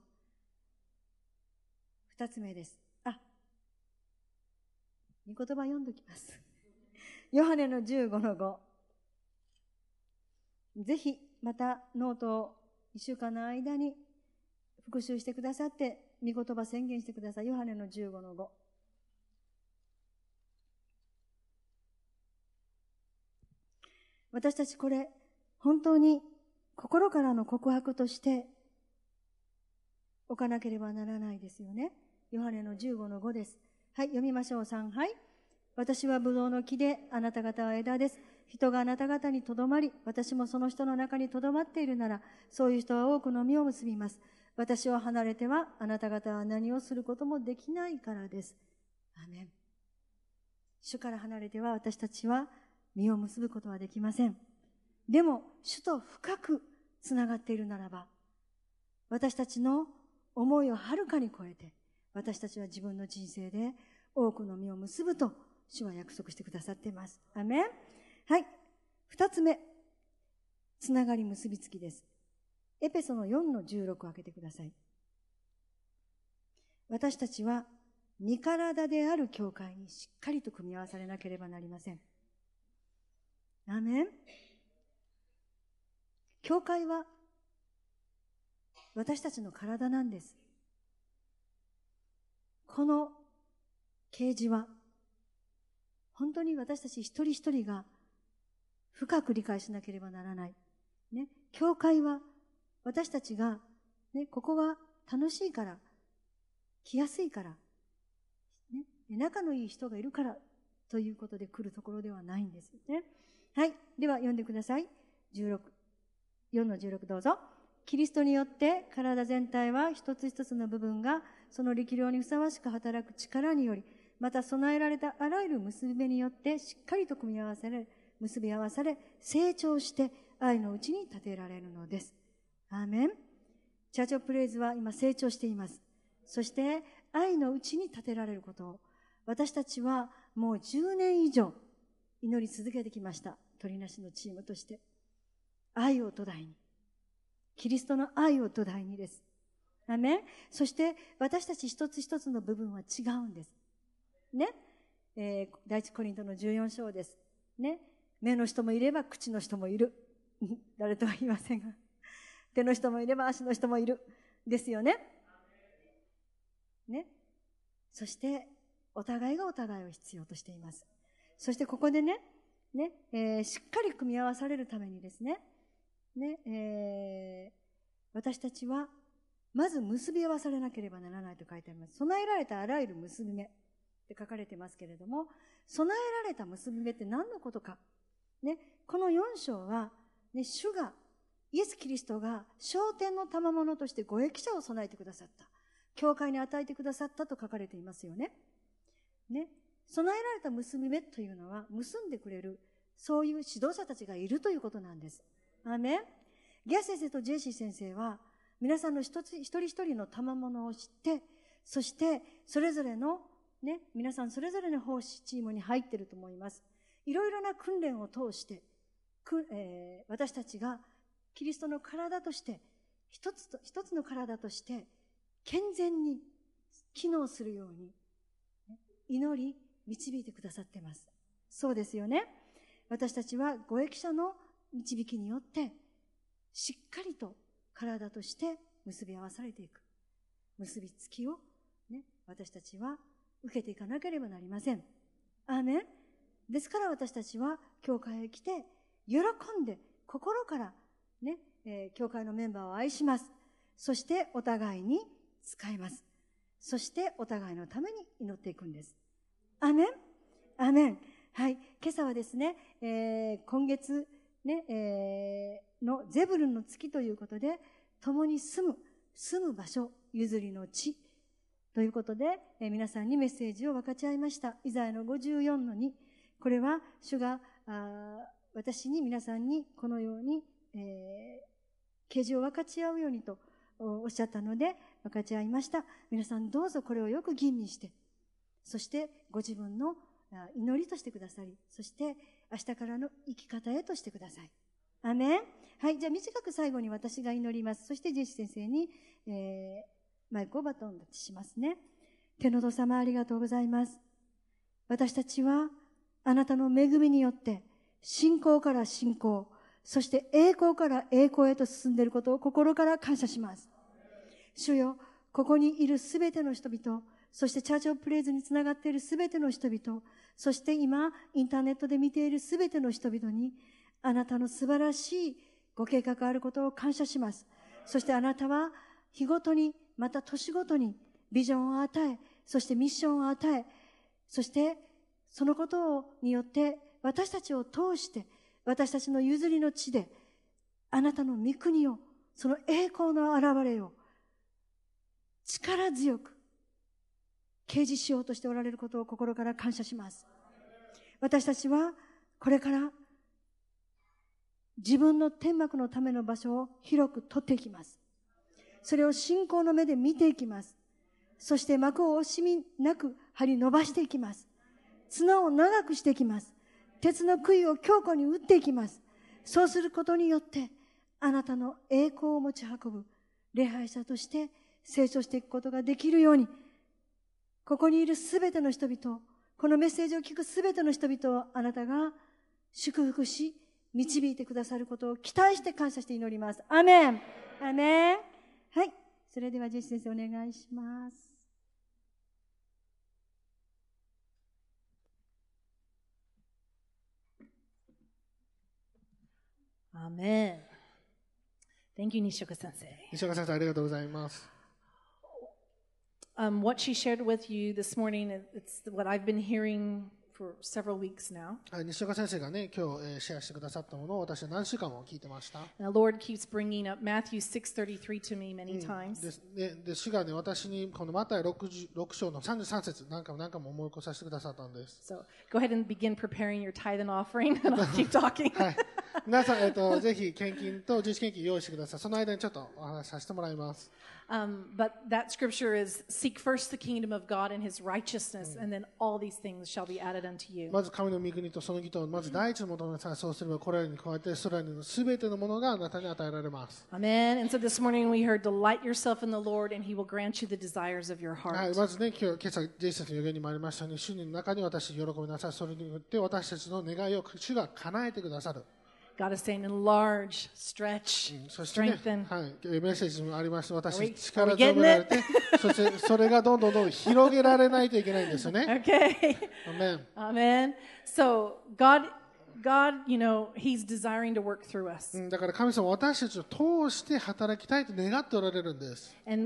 二つ目です。御言葉読んでおきます。ヨハネの15の5。ぜひまたノートを1週間の間に復習してくださって、御言葉宣言してください。ヨハネの15の5。私たちこれ、本当に心からの告白として置かなければならないですよね。ヨハネの15の5です。はい、読みましょう。3、はい。私はブドウの木で、あなた方は枝です。人があなた方にとどまり、私もその人の中にとどまっているなら、そういう人は多くの実を結びます。私を離れては、あなた方は何をすることもできないからです。アーメン。主から離れては、私たちは実を結ぶことはできません。でも、主と深くつながっているならば、私たちの思いをはるかに超えて、私たちは自分の人生で多くの実を結ぶと、主は約束してくださっています。アーメン。はい。二つ目。つながり結びつきです。エペソの4の16を開けてください。私たちは、身体である教会にしっかりと組み合わされなければなりません。アーメン。教会は、私たちの体なんです。この啓示は、本当に私たち一人一人が深く理解しなければならない。ね、教会は私たちが、ね、ここが楽しいから、来やすいから、ね、仲のいい人がいるからということで来るところではないんですよね。はい。では読んでください。4の16どうぞ。キリストによって体全体は一つ一つの部分がその力量にふさわしく働く力により、また備えられたあらゆる結び目によってしっかりと結び合わされ、成長して愛のうちに立てられるのです。アーメン。チャーチオブプレイズは今成長しています。そして愛のうちに立てられることを、私たちはもう10年以上祈り続けてきました。鳥なしのチームとして。愛を土台に。キリストの愛を土台にです。アメン。そして私たち一つ一つの部分は違うんです。ね。第一コリントの14章です。ね。目の人もいれば口の人もいる。誰とは言いませんが。手の人もいれば足の人もいる。ですよね。ね。そしてお互いがお互いを必要としています。そしてここでね、しっかり組み合わされるためにですね、私たちはまず結び合わされなければならないと書いてあります。備えられたあらゆる結び目って書かれてますけれども、備えられた結び目って何のことか。ね、この4章は、ね、主が、イエス・キリストが昇天の賜物としてご益者を備えてくださった。教会に与えてくださったと書かれていますよね。ね。備えられた結び目というのは、結んでくれる、そういう指導者たちがいるということなんです。アーメン。ギャ先生とジェシー先生は、皆さんの一人一人の賜物を知って、そしてそれぞれのね、皆さんそれぞれの奉仕チームに入っていると思います。いろいろな訓練を通して、私たちがキリストの体として、一つの体として健全に機能するように祈り導いてくださっています。そうですよね。私たちはご益者の導きによってしっかりと体として結び合わされていく。結びつきを、ね、私たちは受けていかなければなりません。アーメン。ですから私たちは教会へ来て喜んで心からね、教会のメンバーを愛します。そしてお互いに使います。そしてお互いのために祈っていくんです。アーメン。アーメン。はい。今朝はですね、今月ね、のゼブルンの月ということで、共に住む場所、譲りの地ということで、皆さんにメッセージを分かち合いました。イザヤの54の2。これは主が私に皆さんにこのように、啓示を分かち合うようにとおっしゃったので分かち合いました。皆さんどうぞこれをよく吟味して、そしてご自分の祈りとしてくださり、そして明日からの生き方へとしてください。アメン。はい、じゃあ短く最後に私が祈ります。そしてジェシ先生に、マイクをバトンタッチしますね。天の父様、ありがとうございます。私たちはあなたの恵みによって信仰から信仰、そして栄光から栄光へと進んでいることを心から感謝します。主よ、ここにいるすべての人々、そしてチャーチオブプレイズにつながっているすべての人々、そして今インターネットで見ているすべての人々にあなたの素晴らしいご計画があることを感謝します。そしてあなたは日ごとに、また年ごとにビジョンを与え、そしてミッションを与え、そしてそのことによって私たちを通して私たちの譲りの地であなたの御国を、その栄光の現れを力強く掲示しようとしておられることを心から感謝します。私たちはこれから自分の天幕のための場所を広く取っていきます。それを信仰の目で見ていきます。そして幕を惜しみなく張り伸ばしていきます。綱を長くしていきます。鉄の杭を強固に打っていきます。そうすることによってあなたの栄光を持ち運ぶ礼拝者として成長していくことができるように、ここにいるすべての人々、このメッセージを聞くすべての人々をあなたが祝福し導いてくださることを期待して感謝して祈ります。アメン。アメン。はい。それではジェシ先生お願いします。 アメン。Thank you, 西岡先生。 西岡先生、ありがとうございます。 What she shared with you this morning, it's what I've been hearing for several weeks now. 西岡先生がね、今日、シェアしてくださったものを私は何週間も聞いてました。 The Lord keeps bringing up Matthew 6:33 to me many times. で、主がね、私にこのマタイ 6章の33節何回も思い起こさせてくださったんです。 So go ahead and begin preparing your tithe and offering, and I'll keep talking. はい。 皆さん、ぜひ献金と自主献金用意してください。その間にちょっとお話しさせてもらいます。 But that scripture is, seek first the kingdom of God and his righteousness, and then all these things shall be added unto you. まず神の御国とその義と、まず第一の求めなさい。そうすればこれらに加えて、それらのすべてのものがあなたに与えられます。 Amen. And so this morning we heard, delight yourself in the Lord, and he will grant you the desires of your はい、 heart. まずね、今朝、ジェイセスの予言にもありましたように、主の中に私喜びなさい。それによって私たちの願いを主が叶えてくださる。 God is saying, enlarge, stretch, そしてね、 strengthen. はい、メッセージもありまして、私 Are we- 力 are we 強められ getting て、そしてそれがどんどん広げられないといけないんですよね。 Okay. アメン。 Amen. So God, you know, he's desiring to work through us. だから神様は私たちを通して働きたいと願っておられるんです。 And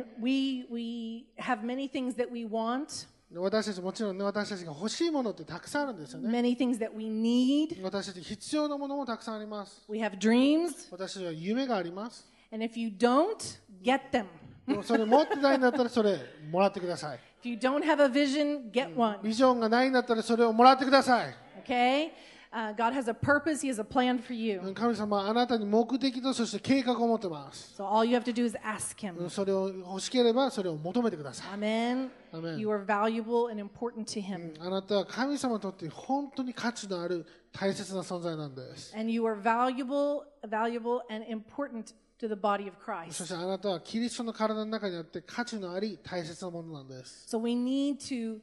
we have many things that we want, 私たちもちろんね、私たちが欲しいものってたくさんあるんですよね。 many things that we need. 私たち必要なものもたくさんあります。 We have dreams, 私たちは夢があります。 and if you don't, get them. でもそれ持ってないんだったらそれもらってください。 If you don't have a vision, get one. ビジョンがないんだったらそれをもらってください。 Okay? God has a purpose. He has a plan for you. 神様はあなたに目的とそして計画を持ってます。 So all you have to do is ask him. それを欲しければそれを求めてください。 Amen. Amen. You are valuable and important to him. あなたは神様にとって本当に価値のある大切な存在なんです。 And you are valuable and important to the body of そ Christ. してあなたはキリストの体の中にあって価値のあり大切なものなんです。 So we need to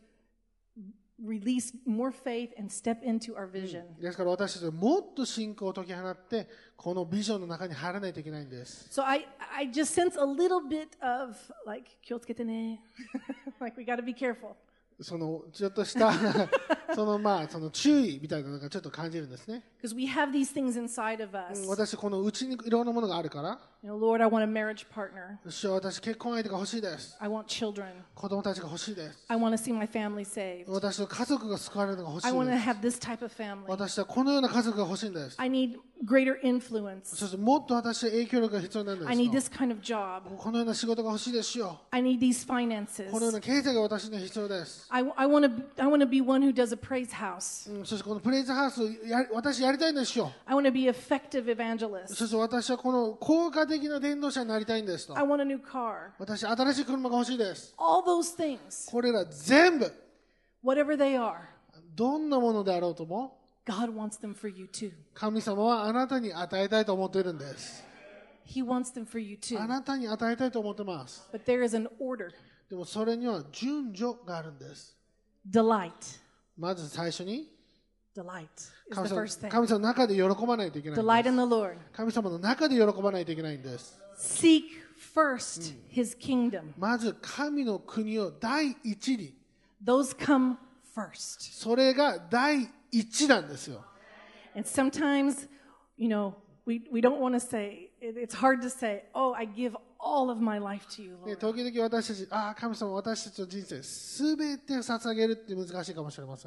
release more faith and step into our vision. ですから私たちはもっと信仰を解き放ってこのビジョンの中に入らないといけないんです。 So I just sense a little bit of like, 気をつけてね. Like we got to be careful. そのちょっとしたその注意みたいなのがちょっと感じるんですね。 Because we have these things inside of us. 私このうちにいろんなものがあるから、 You know, Lord, I want a marriage partner. 主は私結婚相手が欲しいです。 I want children. 子供たちが欲しいです。 I want to see my family saved. 私の家族が救われるのが欲し I い want to です。 have this type of family. 私はこのような家族が欲しいんです。 I need greater influence. そしてもっと私は影響力が必要なんです I need と。 this kind of job. このような仕事が欲しいですよ。 I need these finances. このような経済が私には必要です。 I want to be one who does a praise house. そしてこのプレイズハウスを私やりたいんですよ。 I want to be effective evangelist. そして私はこの効果的な伝道者になりたいんですと。 I want a new car. 私新しい車が欲しいです。 All those things, これら全部 whatever they are, どんなものであろうとも God wants them for you too. 神様はあなたに与えたいと思っているんです。 He wants them for you あ too. なたに与えたいと思ってます。 But there is an order. でもそれには順序があるんです。 Delight. まず最初に Delight is 神 the 様 first thing. 神様の中で喜ばないといけないん Delight で in す。 the Lord. 神様の中で喜ばないといけないんです。 Seek first His kingdom. まず神の国を第一に、 Those come first. それが第一なんですよ。 And sometimes, you know, we don't want to say, it's hard to say, oh, I give all of my life to you, で Lord. 時々私たち、神様私たちの人生すべて捧げるって難しいかもしれません。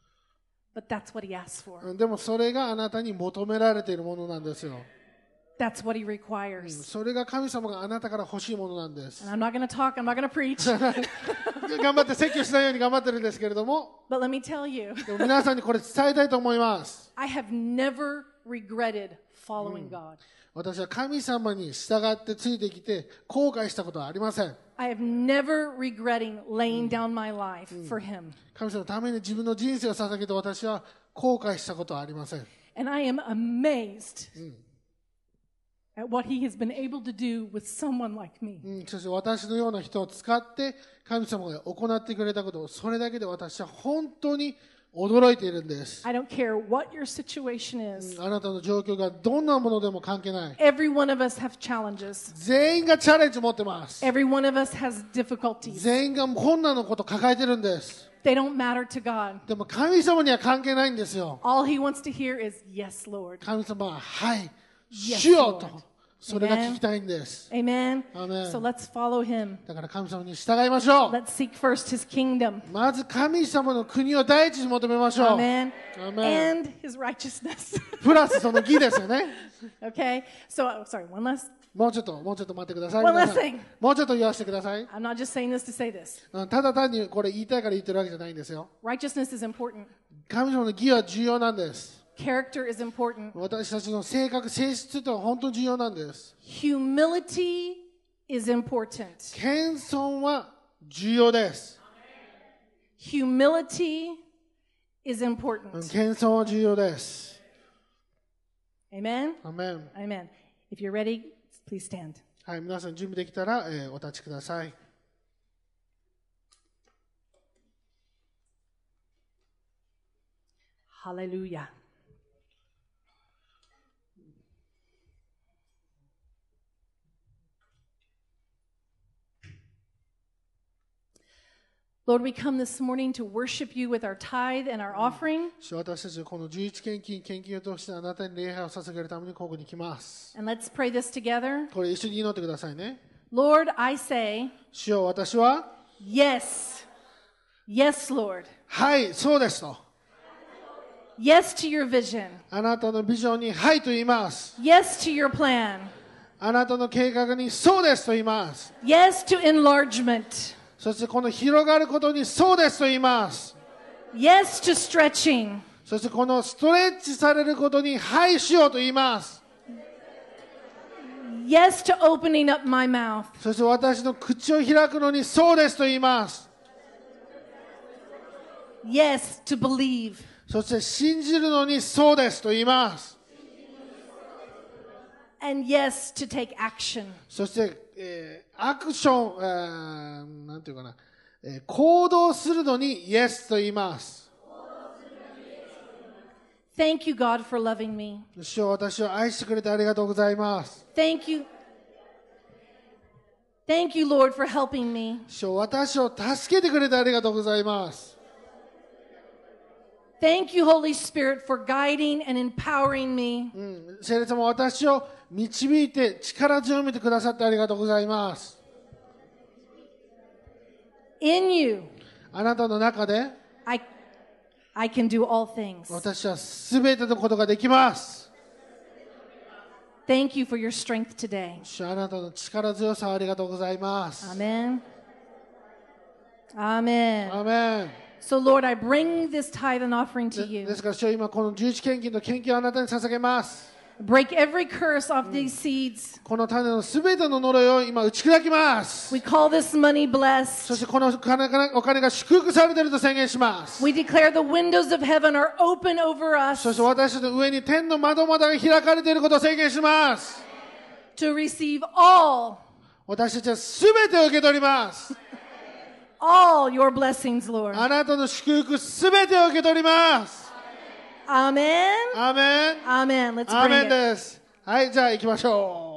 But that's what He asks for. でもそれがあなたに求められているものなんですよ。 That's what He requires. それが神様があなたから欲しいものなんです。 And I'm not going to talk, I'm not going to preach. 頑張って説教しないように頑張ってるんですけれども、 But let me tell you, でも皆さんにこれ伝えたいと思います。 I have never regretted following God. 私は神様に従ってついてきて後悔したことはありません。 I have never regretting laying down my life for Him. 神様のために自分の人生を捧げて私は後悔したことはありません。 And I am amazed at what He has been able to do with someone like me. そして私のような人を使って神様が行ってくれたことをそれだけで私は本当に驚いているんです。 I don't care what your situation is. あなたの状況がどんなものでも関係ない。 Every one of us have challenges. 全員がチャレンジを持ってます。 Every one of us has difficulties. 全員が困難のことを抱えてるんです。 They don't matter to God. でも神様には関係ないんですよ。 All He wants to hear is, yes, Lord. 神様は、はい、 Yes, 主よと Lord.、 それが聞きたいんです。 Amen. Amen. So let's follow Him. だから神様に従いましょう。 Let's seek first His kingdom. まず神様の国を第一に求めましょう。 Amen. Amen. And His righteousness. プラスその義ですよね。 Okay. So, sorry, one last. もうちょっと待ってください。 One 皆 last さん thing. もうちょっと言わせてください。 I'm not just saying this to say this. ただ単にこれ言いたいから言ってるわけじゃないんですよ。 Righteousness is important. 神様の義は重要なんです。 character is important. 私たちの性格、性質というのは本当に重要なんです。 Humility is important. 謙遜は重要です。 Humility is important. 謙遜は重要です。 Amen? アメン。 Amen. If you're ready, please stand. はい、皆さん準備できたら、お立ちください。 Hallelujah. Lord, we come this morning to worship you with our tithe and our offering. 私たちはこの11献金を通してあなたに礼拝を捧げるためにここに来ます。 And let's pray this together. これ一緒に祈ってくださいね。 Lord, I say, 主よ、私は、 yes. Yes, Lord. はい、そうですと。 Yes to your vision. あなたのビジョンにはいと言います。 Yes to your plan. あなたの計画にそうですと言います。 Yes to enlargement. そしてこの広がることにそうですと言います。 Yes to stretching. そしてこのストレッチされることにはいしようと言います。 Yes to opening up my mouth. そして私の口を開くのにそうですと言います。 Yes to believe. そして信じるのにそうですと言います。 And yes to take action. そして、アクション、なんていうかな、行動するのに Yes と言います。 Thank you, God, for loving me. 主よ、私を愛してくれてありがとうございます。 Thank you. Thank you, Lord, for helping me. 主よ、私を助けてくれてありがとうございます。 Thank you, Holy Spirit, for guiding and empowering me. 聖霊様、私を導いて力強めてくださってありがとうございます。 In you, あなたの中で I can do all things. 私はすべてのことができます。 Thank you for your strength today. 主よ、あなたの力強さをありがとうございます。 Amen. Amen. アーメン。 So, Lord, I bring this tithe and offering to で you. すから、主よ、今この11献金と献金をあなたに捧げます。 Break every curse off these seeds. この種のすべての呪いを今打ち砕きます。 We call this money そ blessed. してこのお金が祝福されていると宣言します。 We declare the windows of heaven are open over そ us して私たちの上に天の窓が開かれていることを宣言します。 to receive all 私たちはすべてを受け取ります。 your blessings, Lord. あなたの祝福すべてを受け取ります。 Amen. アーメン。 Amen. Let's アーメ bring ン it. です。はい、じゃあ行きましょう。